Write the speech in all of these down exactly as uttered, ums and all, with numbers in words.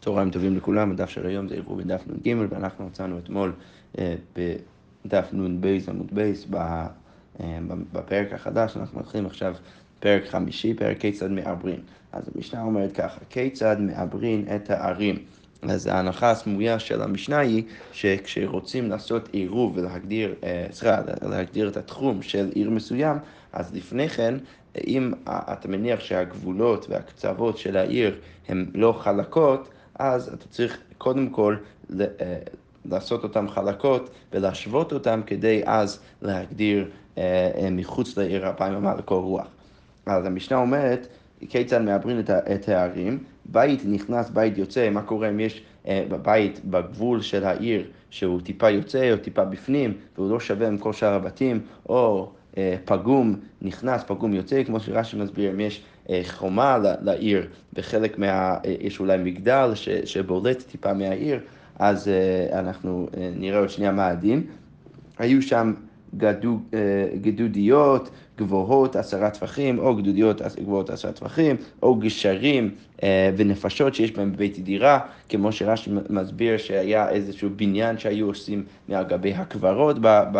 צהריים טובים לכולם, הדף של היום זה עיבור בדף נ"ג, ואנחנו מצאנו אתמול אה, בדף נ"ב עמוד בייס בפרק החדש. אנחנו מתחילים עכשיו פרק חמישי, פרק כיצד מעברין. אז המשנה אומרת ככה, כיצד מעברין את הערים. אז ההנחה הסמויה של המשנה היא שכשרוצים לעשות עירוב ולהגדיר, סליחה, להגדיר את התחום של עיר מסוים, אז לפני כן, אם אתה מניח שהגבולות והקצוות של העיר הן לא חלקות, אז אתה צריך קודם כל לעשות אותם חלקות ולהשוות אותם כדי אז להגדיר מחוץ לעיר הפעימה לכל רוח. אז המשנה אומרת, כיצד מעברין את הערים, בית נכנס, בית יוצא, מה קורה אם יש בבית בגבול של העיר שהוא טיפה יוצא או טיפה בפנים והוא לא שווה עם כל שאר הבתים, או פגום נכנס, פגום יוצא, כמו שרש"י מסביר, אם יש חומה לעיר בחלק מה... יש אולי מגדל ש, שבולט טיפה מהעיר, אז אנחנו נראה עוד שנייה מה הדין. היו שם גדוד, גדודיות גבוהות עשרה טפחים, או גדודיות גבוהות עשרה טפחים, או גשרים ונפשות שיש בהם בבית דירה, כמו שרש"י מסביר שהיה איזשהו בניין שהיו עושים מעל גבי הקברות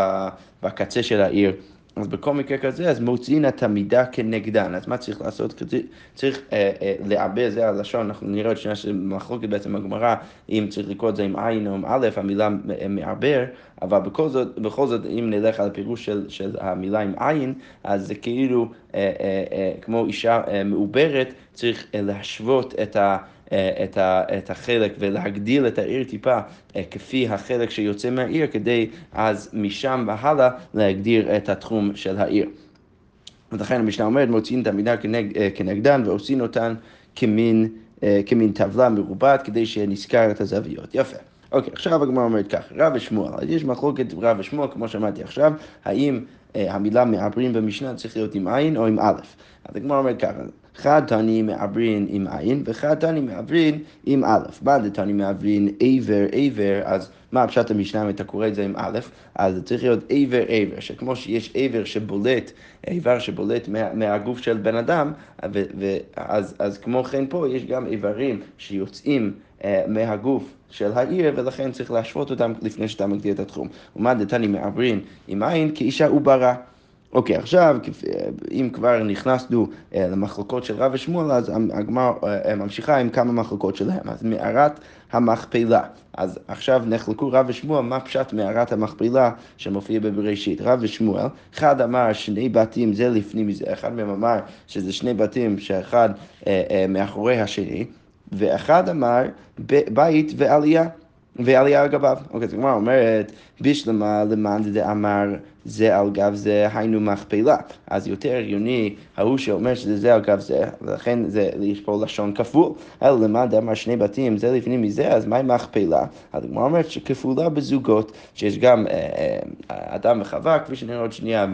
בקצה של העיר. אז בכל מקרה כזה, אז מוציאים את המידה כנגדן. אז מה צריך לעשות? צריך אה, אה, לעבר, זה הלשון, אנחנו נראה עוד שנייה שמחלוקת בעצם הגמרא, אם צריך לקרוא את זה עם עין או עם א', המילה מעבר, אבל בכל זאת, בכל זאת, אם נלך על הפירוש של, של המילה עם עין, אז זה כאילו, אה, אה, אה, כמו אישה אה, מעוברת, צריך אה, להשוות את ה... את, ה, את החלק ולהגדיל את העיר טיפה כפי החלק שיוצא מהעיר, כדי אז משם והלאה להגדיר את התחום של העיר. ולכן המשנה אומרת, מוציאים את המידה כנג, כנגדן ועושים אותן כמין, כמין טבלה מרובעת כדי שנזכר את הזוויות. יפה. אוקיי, עכשיו הגמרא אומרת כך, רב ושמואל. אז יש מחלוקת רב ושמואל, כמו שאמרתי עכשיו, האם המילה מעברין במשנה צריך להיות עם עין או עם א'. אז הגמרא אומרת ככה, חד תני מעברין עם עין, וחד תני מעברין עם א'. מה זה תני מעברין עבר עבר, אז מה הפשט המשנה אם אתה קורא את זה עם א', אז זה צריך להיות עבר עבר, שכמו שיש עבר שבולט, עבר שבולט מה, מהגוף של בן אדם, ו, ו, אז, אז כמו כן פה יש גם עברים שיוצאים uh, מהגוף של העיר, ולכן צריך להשוות אותם לפני שאתה מגדיר את התחום. ומה דתני מעברין עם עין כאישה עוברה. אוקיי, עכשיו, אם כבר נכנסנו למחלוקות של רב ושמואל, אז הגמרא ממשיכה עם כמה מחלוקות שלהם. אז מערת המכפלה. אז עכשיו נחלקו רב ושמואל, מה פשט מערת המכפלה שמופיע בבראשית? רב ושמואל, אחד אמר שני בתים זה לפנים מזה, אחד מהם אמר שזה שני בתים שאחד מאחורי השני, ואחד אמר בית ועלייה. ועלייה על גביו. אוקיי, זאת אומרת, אומרת, בשלמה למען זה אמר זה על גב זה, היינו מכפלה. אז יותר הגיוני, ההוא שאומר שזה זה על גב זה, ולכן זה, יש פה לשון כפול. אלא למען אמר שני בתים, זה לפנים מזה, אז מהי מכפלה? אז הוא אומרת שכפולה בזוגות, שיש גם אה, אה, אדם וחווה, כפי שנראה עוד שנייה,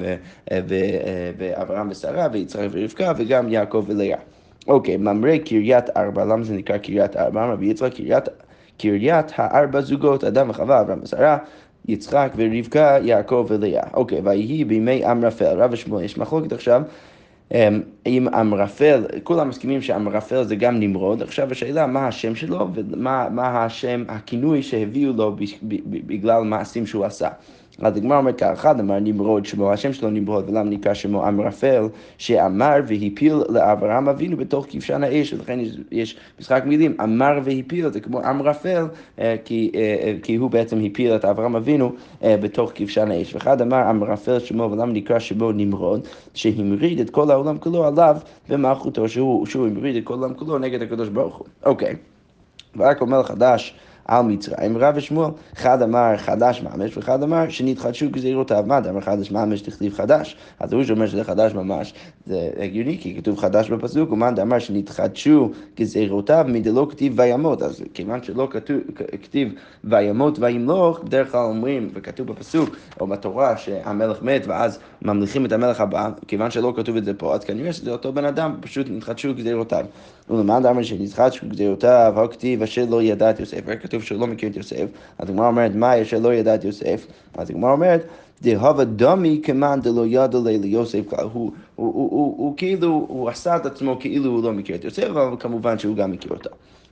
ואברהם ושרה, ויצחק ורבקה, וגם יעקב ולאה. אוקיי, ממרא קריית ארבע, למה זה נקרא קריית ארבע? רבי יצחק קריית קריית הארבע זוגות, אדם וחווה, אברהם ושרה, יצחק ורבקה, יעקב ולאה. אוקיי, ויהי בימי אמרפל, רב ושמואל, יש מחלוקת עכשיו, עם אמרפל, כולם מסכימים שאמרפל זה גם נמרוד, עכשיו השאלה מה השם שלו ומה מה השם, הכינוי שהביאו לו בגלל מעשים שהוא עשה. אז הגמרא אומרת ככה, אחד אמר נמרוד שמו, השם שלו נמרוד, ולמה נקרא שמו אמרפל, שאמר והפיל לאברהם אבינו בתוך כבשן האש, ולכן יש, יש משחק מילים, אמר והפיל, זה כמו אמרפל, כי, כי הוא בעצם הפיל את אברהם אבינו בתוך כבשן האש. ואחד אמר אמרפל שמו, ולמה נקרא שמו נמרוד, שהמריד את כל העולם כולו עליו במלכותו, שהוא, שהוא המריד את כל העולם כולו נגד הקדוש ברוך הוא. אוקיי, ורק אומר חדש, על מצרים, רב ושמואל, אחד אמר חדש ממש, ואחד אמר שנתחדשו גזירותיו. מה אמר חדש ממש תכתיב חדש? אז הוא שאומר שזה חדש ממש, זה הגיוני, כי כתוב חדש בפסוק, ומה אמר שנתחדשו גזירותיו, מדלא כתיב וימות. אז כיוון שלא כתוב, כתיב וימות וימלוך, בדרך כלל אומרים, וכתוב בפסוק, או בתורה, שהמלך מת, ואז ממליכים את המלך הבא, כיוון שלא כתוב את זה פה, אז כנראה שזה אותו בן אדם, פשוט נתחדשו גזירותיו. ולמען אמר שנתחדשו גזירותיו, הכתיב אשר לא ידע את יוסף, כתוב שהוא לא מכיר את יוסף, אז הגמרא אומרת, מה אשר לא ידע את יוסף? אז הגמרא אומרת, דהווה דמי כמאן דלא ידע ליוסף כלל, הוא, הוא, הוא, הוא, הוא כאילו, הוא עשה את עצמו כאילו הוא לא מכיר את יוסף, אבל כמובן שהוא גם מכיר אותו.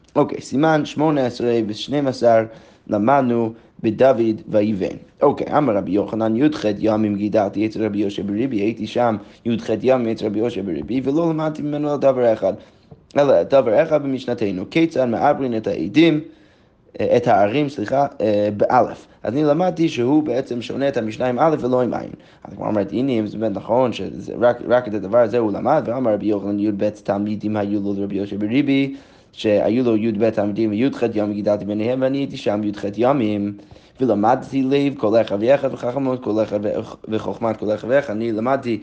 אוקיי, סימן שמונה עשרה ושנים עשר למדנו בדוד ויבן. אוקיי, אמר רבי יוחנן י"ח ימים גידלתי אצל רבי יהושע בריבי, הייתי שם י"ח ימים אצל רבי יהושע בריבי, ולא למדתי ממנו על דבר אחד, אלא דבר אחד במשנתנו, כיצד מעברין את העדים, את הערים, סליחה, באלף. אז אני למדתי שהוא בעצם שונה את המשנה עם א' ולא עם עין. אז כמו אומרת, הנה, אם זה באמת נכון, שרק את הדבר הזה הוא למד, ואמר רבי יוחנן י"ב תלמידים היו לו לרבי יהושע בריבי, שהיו לו י"ב תלמידים וי"ח ימים גידלתי ביניהם, ואני הייתי שם י"ח ימים, ולמדתי לב כל אחד ואחד וחכמות כל אחד וחוכמת כל אחד ואחד. אני למדתי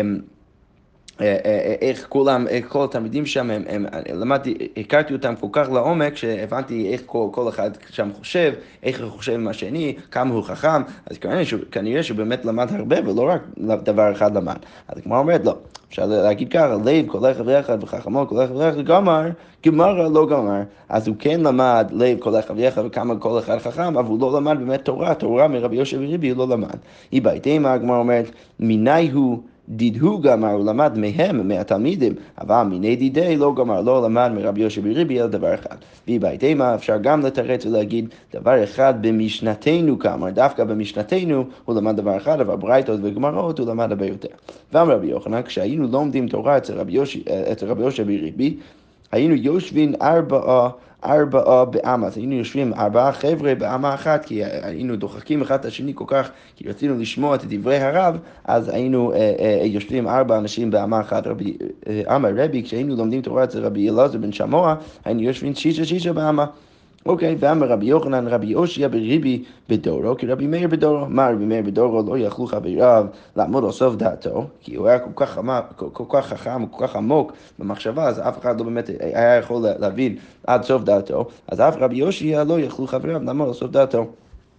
איך כולם, איך כל התלמידים שם, הם, הם, למדתי, הכרתי אותם כל כך לעומק, שהבנתי איך כל, כל אחד שם חושב, איך הוא חושב עם השני, כמה הוא חכם, אז כנראה, כנראה שבאמת למד הרבה, ולא רק דבר אחד למד. אז כמו אומרת, לא, אפשר להגיד ככה, לב כל אחד ואחד וחכמות כל אחד ואחד גמר, גמר לא גמר, אז הוא כן למד לב כל אחד ואחד וכמה כל אחד חכם, אבל הוא לא למד באמת תורה, תורה מרבי יהושע בריבי הוא לא למד. היא בהתאמה, הגמרא אומרת, מיני הוא דידהו גמר, הוא למד מהם, מהתלמידים, אבל מיני דידי לא גמר, לא למד מרבי יהושע בריבי אלא דבר אחד. והיא בהתאמה, אפשר גם לתרץ ולהגיד דבר אחד במשנתנו גמר, דווקא במשנתנו הוא למד דבר אחד, אבל ברייתות וגמרות הוא למד הרבה יותר. ואמר רבי יוחנן, כשהיינו לומדים תורה אצל רבי יהושע בריבי, היינו יושבים ארבעה ארבעה באמה, אז היינו יושבים ארבעה חבר'ה באמה אחת, כי היינו דוחקים אחד את השני כל כך, כי רצינו לשמוע את דברי הרב, אז היינו אה, אה, יושבים ארבעה אנשים באמה אחת. רבי, אה, אמר רבי, כשהיינו לומדים תורה אצל רבי אלעזר בן שמוע, היינו יושבים שישה שישה באמה. אוקיי, ואמר רבי יוחנן, רבי יהושע בריבי בדורו, כי רבי מאיר בדורו, מה רבי מאיר בדורו לא יכלו חבריו לעמוד על סוף דעתו, כי הוא היה כל כך, כל, כל כך חכם, כל כך עמוק במחשבה, אז אף אחד לא באמת היה יכול להבין עד סוף דעתו, אז אף רבי יהושע לא יכלו חבריו לעמוד על סוף דעתו.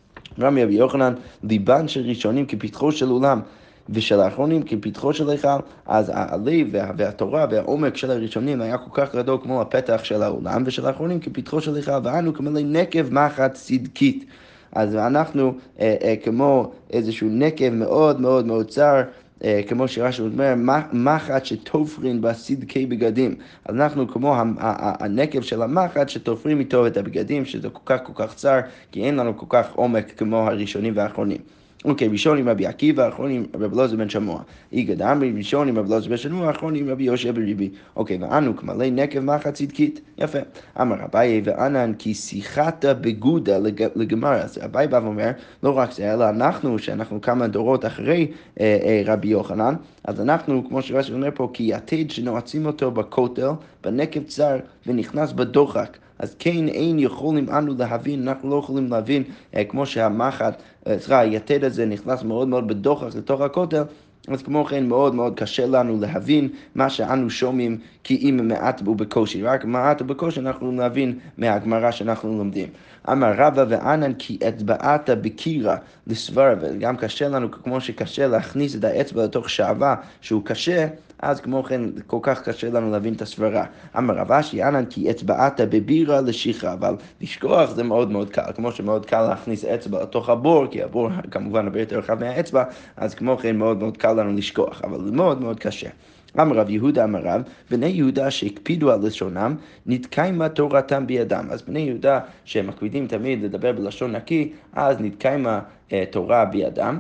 רבי רבי יוחנן, ליבן של ראשונים כפתחו של עולם, ושל האחרונים כפתחו של היכל, אז הלב והתורה והעומק של הראשונים היה כל כך גדול כמו הפתח של העולם, ושל האחרונים כפתחו של היכל, ואנו כמלא נקב מחט צדקית. אז אנחנו אה, אה, כמו איזשהו נקב מאוד מאוד מאוד צר, אה, כמו שרש"י אומר, מחט שתופרין בסדקי בגדים. אז אנחנו כמו הנקב של המחט שתופרים איתו את הבגדים, שזה כל כך כל כך צר, כי אין לנו כל כך עומק כמו הראשונים והאחרונים. אוקיי, ראשון עם רבי עקיבא, אחרון עם רבי אלעזר בן שמוע. איגד אמרי, ראשון עם רבי אלעזר בן שמוע, אחרון עם רבי יהושע בריבי. אוקיי, ואנו כמלא נקב מחט צדקית. יפה. אמר אביי וענן כי שיחת בגודה לגמר. אז אביי בא ואומר, לא רק זה, אלא אנחנו, שאנחנו כמה דורות אחרי אה, אה, רבי יוחנן, אז אנחנו, כמו שרש"י אומר פה, כי יתד שנועצים אותו בכותל, בנקב צר, ונכנס בדוחק. אז כן, אין יכולים אנו להבין, אנחנו לא יכולים להבין, אה, כמו שהמחט, סליחה, היתד הזה נכנס מאוד מאוד בדוחק לתוך הכותל, אז כמו כן מאוד מאוד קשה לנו להבין מה שאנו שומעים כי אם מעט ובקושי, רק מעט ובקושי אנחנו נבין מהגמרא שאנחנו לומדים. אמר רבא וענן כי אצבעת בקירה לסברה, וגם קשה לנו כמו שקשה להכניס את האצבע לתוך שעבה שהוא קשה, אז כמו כן כל כך קשה לנו להבין את הסברה. אמר רב אשי ענן כי אצבעת בבירה לשכחה, אבל לשכוח זה מאוד מאוד קל, כמו שמאוד קל להכניס אצבע לתוך הבור, כי הבור כמובן הרבה יותר רחב מהאצבע, אז כמו כן מאוד מאוד קל לנו לשכוח, אבל זה מאוד מאוד קשה. אמר רב יהודה אמר רב, בני יהודה שהקפידו על לשונם, נתקיימה תורתם בידם. אז בני יהודה שמקפידים תמיד לדבר בלשון נקי, אז נתקיימה אה, תורה בידם.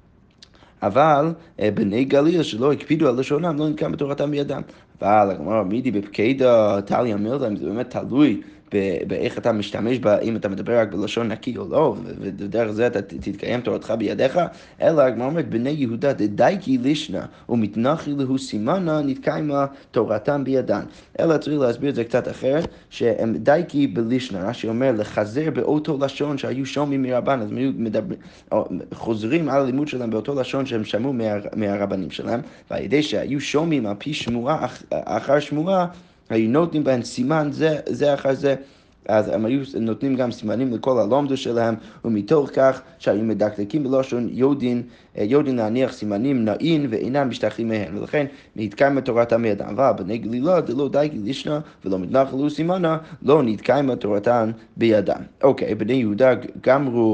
אבל בני גליל שלא הקפידו על לשונם, לא נתקיים בתורתם בידם. אבל הגמרא מידי בפקדה תליא מילתא, אם זה באמת תלוי באיך אתה משתמש בה, אם אתה מדבר רק בלשון נקי או לא, ודרך זה אתה תתקיים תורתך בידיך, אלא הגמרא אומרת, בני יהודה דדייקי לישנא ומתנחי להו סימנה, נתקיימה תורתם בידן. אלא צריך להסביר את זה קצת אחרת, שהם דייקי בלישנא, רש"י אומר, לחזר באותו לשון שהיו שומעים מרבן, אז הם מדבר, חוזרים על הלימוד שלהם באותו לשון שהם שמעו מה, מהרבנים שלהם, ועל ידי שהיו שומעים על פי שמועה אחר שמועה, היו נותנים בהם סימן זה, זה אחר זה, אז הם היו נותנים גם סימנים לכל הלומדו שלהם, ומתוך כך שהיו מדקדקים בלשון יודין, יודין להניח סימנים נעין ואינם משתחים מהם, ולכן נתקיימה תורתם בידם. אבל בני גלילה דלא דייקי לישנא ולא מתנחלו סימנה, לא נתקיימה תורתם בידם. אוקיי, בני יהודה גמרו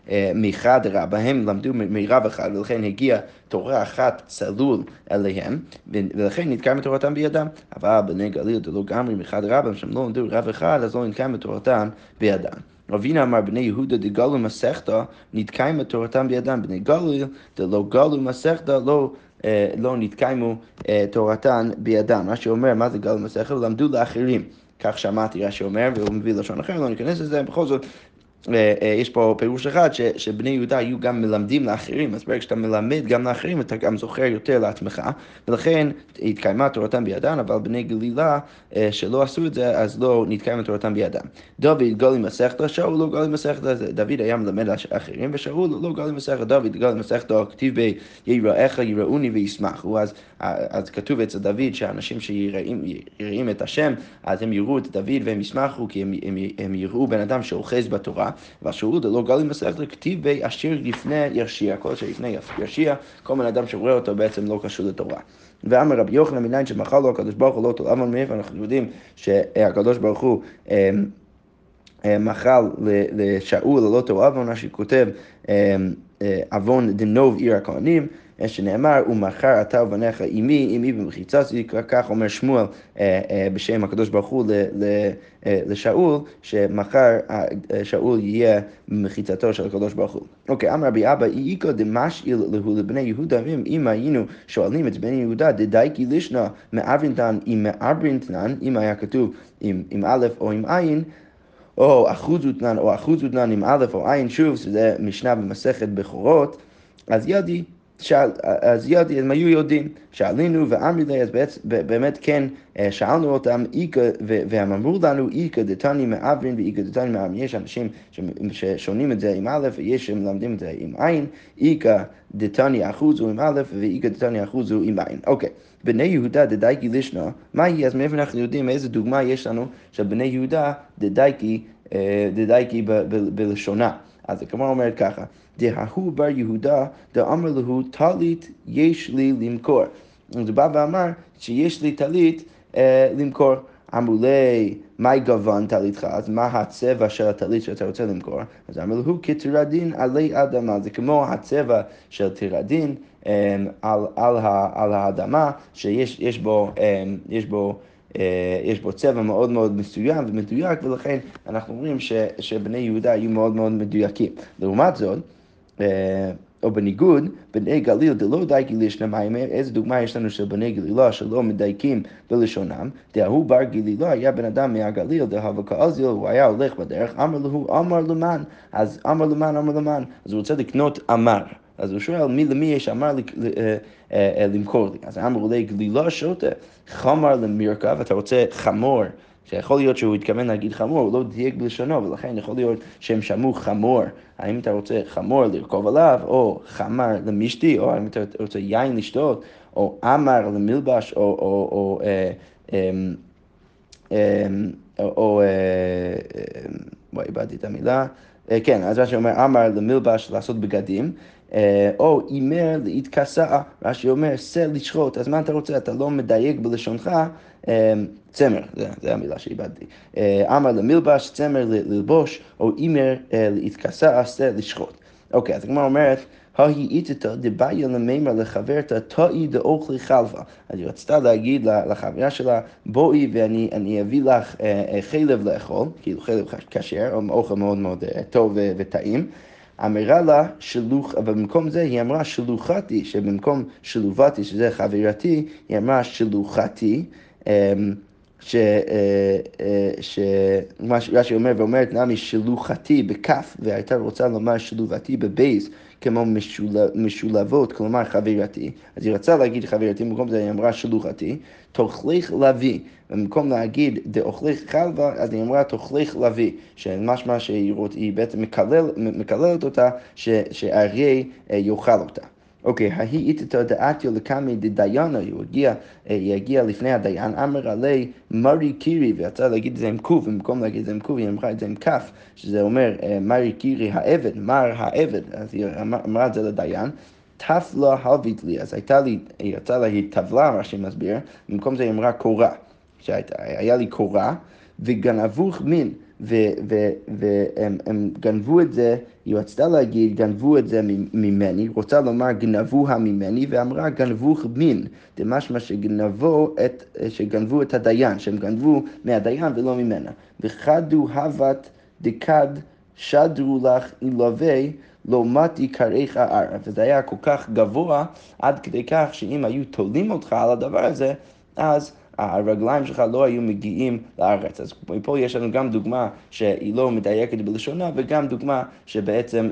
מחד רבה, הם למדו מרב אחד, ולכן הגיע תורה אחת צלול אליהם, ולכן נתקיים תורתם בידם. אבל בני גליל דלא גמרי מחד רבה, שהם לא למדו רב אחד, אז לא נתקיים תורתם בידם. רבינה אמר בני יהודה דגלו מסכתא, נתקיים תורתם בידם. בני גליל דלא גלו מסכתא, לא לא נתקיימו תורתן בידם. מה שאומר, מה זה גלו מסכתא? למדו לאחרים. כך שמעתי רש"י אומר, והוא מביא לשון אחר, לא ניכנס לזה, בכל זאת, יש פה פירוש אחד ש, שבני יהודה היו גם מלמדים לאחרים, אז ברגע שאתה מלמד גם לאחרים, אתה גם זוכר יותר לעצמך, ולכן התקיימה תורתם בידם, אבל בני גלילה שלא עשו את זה, אז לא נתקיימה תורתם בידם. דוד גלי מסכתא, שאול לא גלי מסכתא, דוד היה מלמד לאחרים, ושאול לא גלי מסכתא, דוד גלי מסכתא, כתיב ביראיך יראוני וישמחו, אז, אז כתוב אצל דוד שאנשים שיראים את השם, אז הם יראו את דוד והם ישמחו, כי הם, הם, הם יראו בן אדם שאוחז בתורה, והשאול דלא גלי מסכתא, כתיב באשיר לפני ירשיע, כל שלפני ירשיע, כל בן אדם שרואה אותו בעצם לא קשור לתורה. ואמר רבי יוחנן מניין שמחל לו הקדוש ברוך הוא לא תול עוון, מאיפה אנחנו יודעים שהקדוש ברוך הוא מחל לשאול לא תול עוון, מה שכותב עוון דנוב עיר הכהנים, שנאמר, ומחר אתה ובניך עמי, עמי במחיצתי, כך אומר שמואל בשם הקדוש ברוך הוא לשאול, שמחר שאול יהיה במחיצתו של הקדוש ברוך הוא. אוקיי, אמר רבי אבא, איקא דמשאיל להו לבני יהודה, אם היינו שואלים את בני יהודה, דדייקי לישנה מעברינתן עם מעברינתן, אם היה כתוב עם א' או עם עין, או אחוז ותנן או אחוז ותנן עם א' או עין, שוב, שזה משנה במסכת בכורות, אז ידי, שאל, אז ידי, הם היו יודעים, שאלינו ואמרי לי, אז באמת כן שאלנו אותם, והם אמרו לנו, איקא דתני מעברין ואיקא דתני מעברין. יש אנשים ששונים את זה עם א', ויש שמלמדים את זה עם עין, איקא דתני אחוז הוא עם א', ואיקא דתני אחוז הוא עם עין. אוקיי, בני יהודה דדייקי לישנה, מה היא? אז מאיפה אנחנו יודעים איזה דוגמה יש לנו של בני יהודה דדייקי, דדייקי בלשונה. אז הכמובן אומרת ככה, דההוא בר יהודה, דאמר לו, טלית יש לי למכור. אז הוא בא ואמר שיש לי טלית אה, למכור. אמרו לי, מה גוון טליתך? אז מה הצבע של הטלית שאתה רוצה למכור? אז אמרו לו, כתירדין עלי אדמה. זה כמו הצבע של תירדין אה, על, על, על האדמה, שיש יש בו, אה, יש בו יש בו צבע מאוד מאוד מסוים ומדויק, ולכן אנחנו אומרים ש, שבני יהודה היו מאוד מאוד מדויקים. לעומת זאת, או בניגוד, בני גליל דלא דייקי לישנה, איזה דוגמה יש לנו של בני גלילה שלא מדייקים בלשונם? דהוא בר גלילה היה בן אדם מהגליל, דהוא כאזיל, הוא היה הולך בדרך, אמר לו, אמר למן, אז אמר למן, אמר למן, אז הוא רוצה לקנות אמר. אז הוא שואל, מי למי יש אמר למכור לי? אז אמרו לי, גלילה שוטה, חמר למרכב, אתה רוצה חמור, שיכול להיות שהוא התכוון להגיד חמור, הוא לא דייק בלשונו, ולכן יכול להיות שהם שמעו חמור. האם אתה רוצה חמור לרכוב עליו, או חמר למשתי, או האם אתה רוצה יין לשתות, או אמר למלבש, או... או, או, או, או בואי, איבדתי את המילה. כן, אז מה שאומר, אמר למלבש לעשות בגדים, או אימר להתכסה, רש"י אומר, שא לשחוט. אז מה אתה רוצה? אתה לא מדייק בלשונך, צמר, זה, זה המילה שאיבדתי. אמר למלבש, צמר ללבוש, או אימר להתכסה, שא לשחוט. אוקיי, אז הגמרא אומרת, ההיא איתתא דבעיה למימר לחברתא תאי דאוכלי חלבה. אז היא רצתה להגיד לחברה שלה, בואי ואני אני אביא לך חלב לאכול, כאילו חלב כשר, או אוכל מאוד מאוד טוב וטעים. אמרה לה שלוח, אבל במקום זה היא אמרה שלוחתי, שבמקום שלובתי, שזה חברתי, היא אמרה שלוחתי, ש, ש, מה שהיא אומרת, ואומרת נמי שלוחתי בכף, והייתה רוצה לומר שלובתי בבייס, כמו משולב, משולבות, כלומר חברתי. אז היא רצה להגיד חברתי, במקום זה היא אמרה שלוחתי, תאכלך לביא. במקום להגיד דאוכלך חלבה, אז היא אמרה תאכלך לביא, שמשמע שהיא בעצם מקלל, מקללת אותה, שאריה יאכל אותה. אוקיי, ההיא איתתא דעתיו לקמי דדיינה, הוא הגיע, היא הגיעה לפני הדיין, אמר עלי מרי קירי, ויצא להגיד את זה עם קוף, במקום להגיד את זה עם קוף, היא אמרה את זה עם כף, שזה אומר מרי קירי העבד, מר העבד, אז היא אמרה את זה לדיין, תפלה הלבית לי, אז הייתה לי, היא יצאה לה טבלה, מה שהיא מסביר, במקום זה היא אמרה קורה, שהיה לי קורה, וגנבוך מין, והם גנבו את זה, היא רצתה להגיד, גנבו את זה ממני, רוצה לומר גנבוה ממני, ואמרה גנבו מין, דמשמע שגנבו את, שגנבו את הדיין, שהם גנבו מהדיין ולא ממנה. וחדו הבת דקד שדרו לך אילווי, לא מתי קריך ערב. וזה היה כל כך גבוה, עד כדי כך שאם היו תולים אותך על הדבר הזה, אז הרגליים שלך לא היו מגיעים לארץ. אז פה יש לנו גם דוגמה שהיא לא מדייקת בלשונה, וגם דוגמה שבעצם,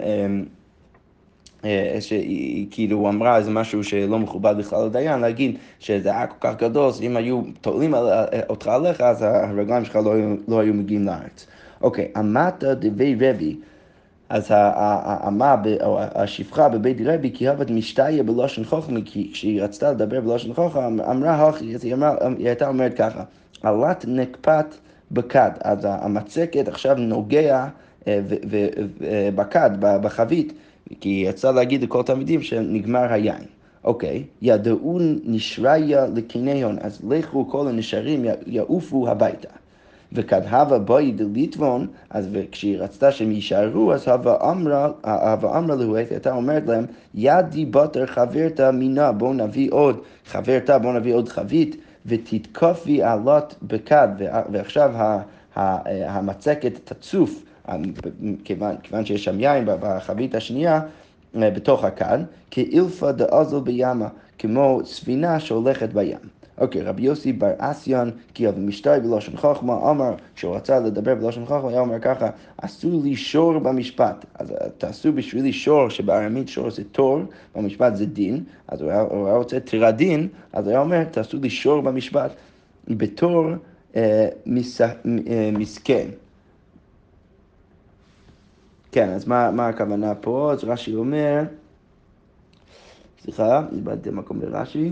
שהיא כאילו אמרה איזה משהו שלא מכובד בכלל לדיין, להגיד שזה היה כל כך גדול, שאם היו תולים אותך עליך, אז הרגליים שלך לא היו, לא היו מגיעים לארץ. אוקיי, אמתא דבי רבי, אז האמה, או השפחה בבית רבי, כי אהבת משתיה בלושן חוכמה, כי כשהיא רצתה לדבר בלושן חוכמה, אמרה הכי, היא הייתה אומרת ככה, עלת נקפת בקד, אז המצקת עכשיו נוגע בקד, בחבית, כי היא יצאה להגיד לכל תלמידים שנגמר היין. אוקיי, ידעו נשריה לקניון, אז לכו כל הנשרים יעופו הביתה. וכדהבה בואי דליטבון, אז כשהיא רצתה שהם יישארו, אז הווה אמרה, הווה אמרה לו, הייתה אומרת להם, ידי בטר חברתה מינה, בואו נביא עוד חברתה, בואו נביא עוד חבית, ותתקפי עלות בקד, ועכשיו המצקת תצוף, כיוון, כיוון שיש שם יין בחבית השנייה, בתוך הכד, כאילפה דאזל בימה, כמו ספינה שהולכת בים. אוקיי, רבי יוסי בר אסיון, כי אב משתי בלושן חוכמה, אמר, כשהוא רצה לדבר בלושן חוכמה, היה אומר ככה, עשו לי שור במשפט. אז תעשו בשבילי שור, שבארמית שור זה תור, במשפט זה דין, אז הוא היה, הוא היה רוצה תירה דין, אז הוא היה אומר, תעשו לי שור במשפט, בתור אה, מס, אה, מסכן. כן, אז מה, מה הכוונה פה? אז רש"י אומר, סליחה, איבדתי מקום לרש"י,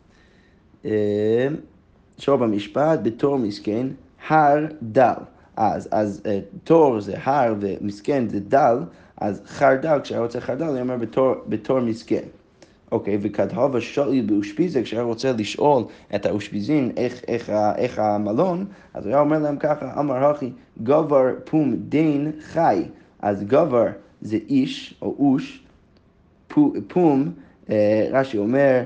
שור במשפט, בתור מסכן, הר דל. אז, אז תור זה הר ומסכן זה דל, אז חרדל, כשהיה רוצה חרדל, אני אומר בתור, בתור מסכן. אוקיי, וכדהבה שואל באושפיזה, כשהיה רוצה לשאול את האושפיזין איך, איך, איך המלון, אז הוא היה אומר להם ככה, אמר הכי, גבר פום דין חי. אז גבר זה איש או אוש, פום, רש"י אומר,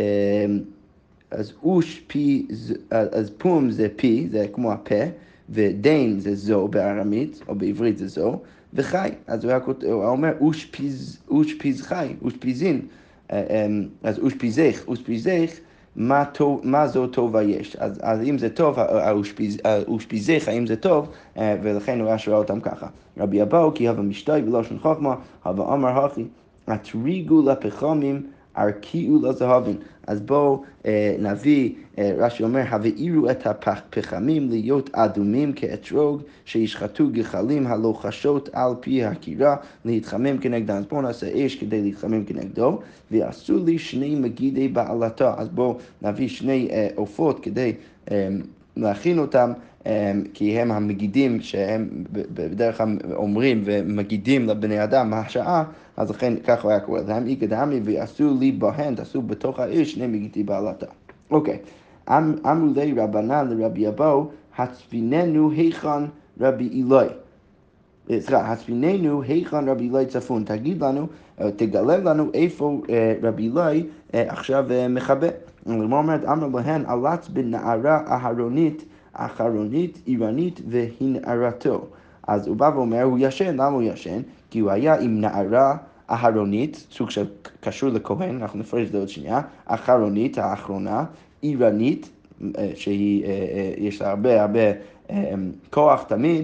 אז אוש פי, אז פום זה פי, זה כמו הפה, ודין זה זו בארמית, או בעברית זה זו, וחי. אז הוא היה אומר אוש פיז, אוש פיז חי, אוש פיזין. אז אוש פיזך, אוש פיזך, מה, טוב, מה זו טובה יש. אז, אז אם זה טוב, האוש פיזך, האם זה טוב, ולכן הוא היה שואל אותם ככה. רבי אבאו, כי הווה משתי בלושן חוכמה, הווה אמר הכי, התריגו לפחמים, ארקיעו לזהבים. אז בואו אה, נביא, אה, רש"י אומר, הבאירו את הפחמים להיות אדומים כאתרוג, שישחטו גחלים הלוחשות על פי הקירה, להתחמם כנגדם. אז בואו נעשה אש כדי להתחמם כנגדו, ועשו לי שני מגידי בעלתו. אז בואו נביא שני אה, עופות כדי אה, להכין אותם, כי הם המגידים שהם בדרך כלל אומרים ומגידים לבני אדם מהשעה, אז לכן ככה היה קורא להם, איכא דמי ועשו לי בהן, תעשו בתוך האש שני מגידי בעלתה. אוקיי, אמרו לי רבנן לרבי אבאו, הצפיננו היכן רבי אילוי. סליחה, הצפיננו היכן רבי אילוי צפון, תגיד לנו, תגלה לנו איפה רבי אילוי עכשיו מחבא. למה אומרת, אמרו להן, עלץ בנערה אהרונית, אחרונית, עירנית והנערתו. אז הוא בא ואומר, הוא ישן, למה הוא ישן? כי הוא היה עם נערה אהרונית, סוג של קשור לכהן, אנחנו נפרש את זה עוד שנייה, אחרונית, האחרונה, עירנית, שהיא, יש לה הרבה הרבה כוח תמיד,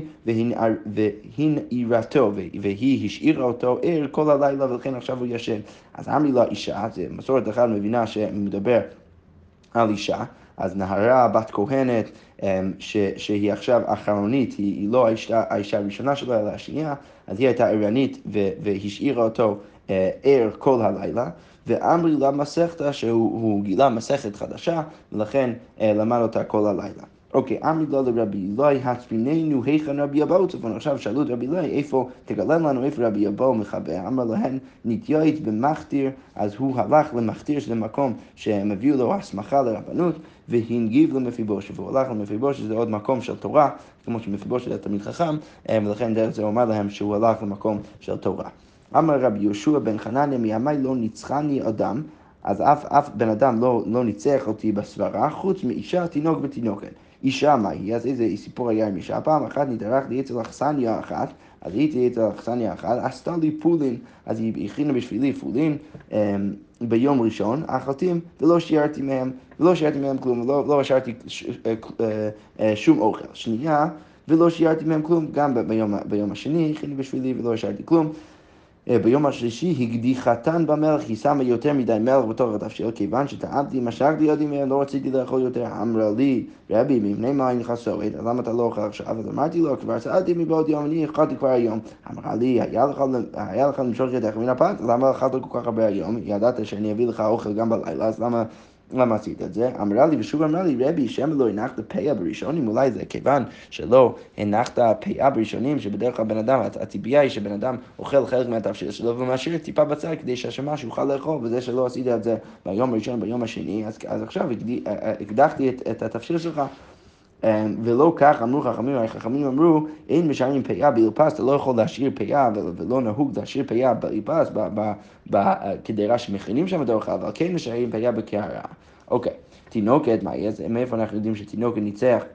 והנערתו, והיא השאירה אותו ער כל הלילה, ולכן עכשיו הוא ישן. אז אמרי לה אישה, זה מסורת אחת מבינה שמדבר על אישה, אז נערה בת כהנת, ש, שהיא עכשיו אחרונית, היא, היא לא האישה, האישה הראשונה שלו, אלא השנייה, אז היא הייתה ערנית והשאירה אותו ער כל הלילה, ואמרי לה מסכתה שהוא גילה מסכת חדשה, ולכן למד אותה כל הלילה. אוקיי, אמרי לו לרבי אלוהי, הצפיננו היכן רבי אבאו צפון. עכשיו שאלו את רבי אלוהי, איפה, תגלה לנו איפה רבי אבאו מחבא. אמר להם, נתיועית במחתיר, אז הוא הלך למחתיר, שזה מקום שהם הביאו לו הסמכה לרבנות, והנגיב למפיבושת, והוא הלך למפיבושת, שזה עוד מקום של תורה, כמו שמפיבושת היה תלמיד חכם, ולכן דרך זה הוא אמר להם שהוא הלך למקום של תורה. אמר רבי יהושע בן חנניה, מימי לא ניצחני אדם, אז אף, אף בן אדם לא, לא ניצח אותי בסברה, חוץ מאישה, תינוק ותינוקת. אישה מה היא? אז איזה סיפור היה עם אישה? פעם אחת נתארחתי אצל אכסניה אחת, אז הייתי אצל אכסניה אחת, עשתה לי פולין, אז היא הכינה בשבילי פולין ביום ראשון, אכלתים ולא שיערתי מהם, ולא שיערתי מהם כלום, לא, לא השארתי שום אוכל. שנייה, ולא שיערתי מהם כלום, גם ביום, ביום השני הכינה בשבילי ולא השארתי כלום. ביום השלישי הקדיחתן במלח, היא שמה יותר מדי מלח בתוך התבשיל, כיוון שטעמתי, משכתי ידי מהם, לא רציתי לאכול יותר. אמרה לי, רבי, מפני מה אין לך סועד, אז למה אתה לא אוכל עכשיו? אז אמרתי לו, כבר סעדתי מבעוד יום, אני אכלתי כבר היום. אמרה לי, היה לך, היה לך למשוך ידך מן הפת, למה אכלת כל כך הרבה היום? ידעת שאני אביא לך אוכל גם בלילה, אז למה... למה עשית את זה? אמרה לי, ושוב אמרה לי, רבי, שם לא הנחת פיה בראשונים, אולי זה כיוון שלא הנחת פיה בראשונים, שבדרך כלל בן אדם, הציפייה היא שבן אדם אוכל חלק מהתבשיל שלו, ומשאיר טיפה בצד כדי שהשמש יוכל לאכול, וזה שלא עשית את זה ביום הראשון, ביום השני, אז, אז עכשיו הקדחתי את, את התבשיל שלך, ולא כך אמרו חכמים, החכמים אמרו, אין משאירים פיה באילפס, אתה לא יכול להשאיר פיה, ולא נהוג להשאיר פיה באילפס, בקדרה שמכינים שם את האוכל, אבל כן משאירים פיה בקערה. אוקיי, תינוקת, מה יהיה? מאיפה אנחנו יודעים שתינוקת ניצח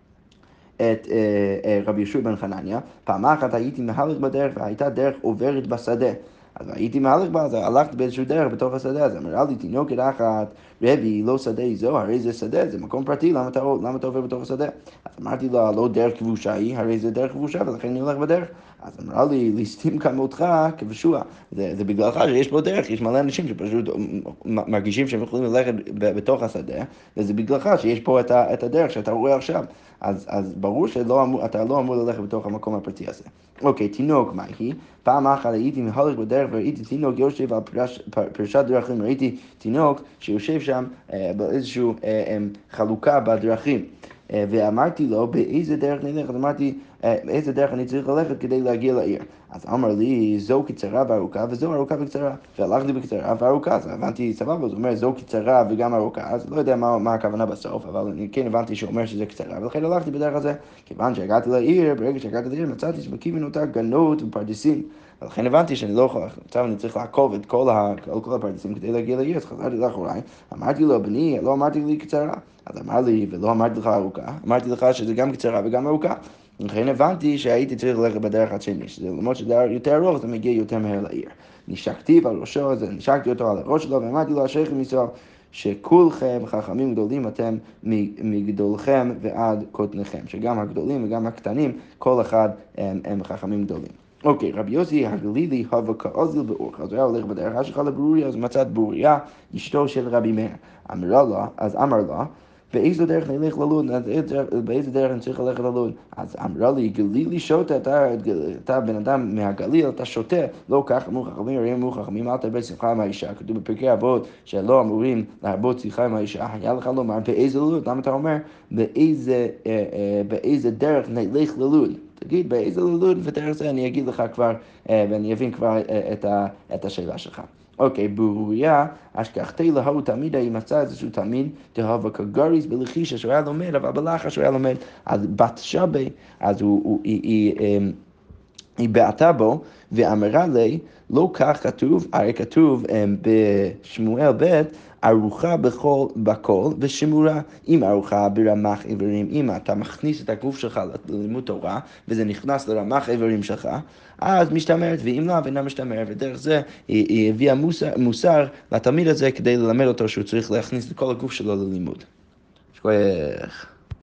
את רבי יהושע בן חנניה? פעם אחת הייתי מהלך בדרך, והייתה דרך עוברת בשדה. אז הייתי מהלך בה, אז הלכתי באיזשהו דרך בתוך השדה, אז אמרה לי, תינוקת אחת, רבי, לא שדה זו, הרי זה שדה, זה מקום פרטי, למה אתה, למה אתה עובר בתוך השדה? אז אמרתי לה, לא דרך כבושה היא, הרי זה דרך כבושה, ולכן אני הולך בדרך. אז אמרה לי, ליסטים כמותך כבשוע, זה, זה בגללך שיש בו דרך, יש מלא אנשים שפשוט מרגישים שהם יכולים ללכת בתוך השדה, וזה בגללך שיש פה את, ה, את הדרך שאתה רואה עכשיו. אז, אז ברור שאתה לא אמור ללכת בתוך המקום הפרטי הזה. אוקיי, תינוק, מה היא? פעם אחת הייתי מהלך בדרך וראיתי תינוק יושב על פרש, פרשת דרכים, ראיתי תינוק שיושב שם אה, באיזושהי אה, חלוקה בדרכים. אה, ואמרתי לו, באיזה דרך נלך? אז אמרתי, אה, באיזה דרך אני צריך ללכת כדי להגיע לעיר? אז אמר לי, זו קצרה וארוכה וזו ארוכה וקצרה. והלכתי בקצרה וארוכה, אז הבנתי סבבה, זאת אומרת, זו קצרה וגם ארוכה, אז לא יודע מה, מה הכוונה בסוף, אבל אני כן הבנתי שאומר שזה קצרה, ולכן הלכתי בדרך הזה, כיוון שהגעתי לעיר, ברגע שהגעתי לעיר, מצאתי שבכיוון אותה גנות ופרדסים, ולכן הבנתי שאני לא יכול, עכשיו אני צריך לעקוב את כל, ה, כל, כל הפרדסים כדי להגיע לעיר, אז חזרתי לאחוריי, אמרתי לו, בני, לא אמרתי לי קצרה, אז אמר לי, ולא אמרתי לך ארוכה, אמרתי לך שזה גם קצרה וגם ארוכה, לכן הבנתי שהייתי צריך ללכת בדרך השני, שזה למרות שזה יותר ארוך, זה מגיע יותר מהר לעיר. נשקתי על ראשו, אז נשקתי אותו על הראש שלו, ואמרתי לו, אשריכם ישראל, שכולכם חכמים גדולים אתם מגדולכם ועד קוטניכם, שגם הגדולים וגם הקטנים, כל אחד הם, הם חכמים גדולים. אוקיי, רבי יוסי הגלילי הווה כאוזיל באורך, אז הוא היה הולך בדרך שלך לברוריה, אז מצאת ברוריה, אשתו של רבי מאיר. אמרה לה, אז אמר לה, באיזה דרך נלך ללון, באיזה דרך אני צריך ללכת ללון? אז אמרה לי, גלילי שותה, אתה, אתה בן אדם מהגליל, אתה שותה, לא כך אמרו חכמים, הרי אמרו חכמים, אל תרבה שיחה עם האישה, כתוב בפרקי אבות שלא אמורים להרבות שיחה עם האישה, היה לך לומר, באיזה לון? למה אתה אומר, באיזה, באיזה דרך נלך ללון? תגיד, באיזה ללון, ודרך זה אני אגיד לך כבר, ואני אבין כבר את, ה, את השאלה שלך. אוקיי, ברוריה, אשכחתי להוא תלמידה, היא מצאה איזשהו תלמיד, תהווה כגריס בלחישה שהוא היה לומד, אבל בלחה שהוא היה לומד, אז בת שבי, אז הוא, הוא, היא, היא, היא, היא בעטה בו, ואמרה לי, לא כך כתוב, הרי כתוב בשמואל ב' ארוחה בכל, בכל ושמורה. אם ארוחה ברמח איברים, אם אתה מכניס את הגוף שלך ללימוד תורה, וזה נכנס לרמח איברים שלך, אז משתמרת, ואם לא, ואינה משתמרת, ודרך זה היא, היא הביאה מוסר, מוסר לתלמיד הזה, כדי ללמד אותו שהוא צריך להכניס את כל הגוף שלו ללימוד. שכוח.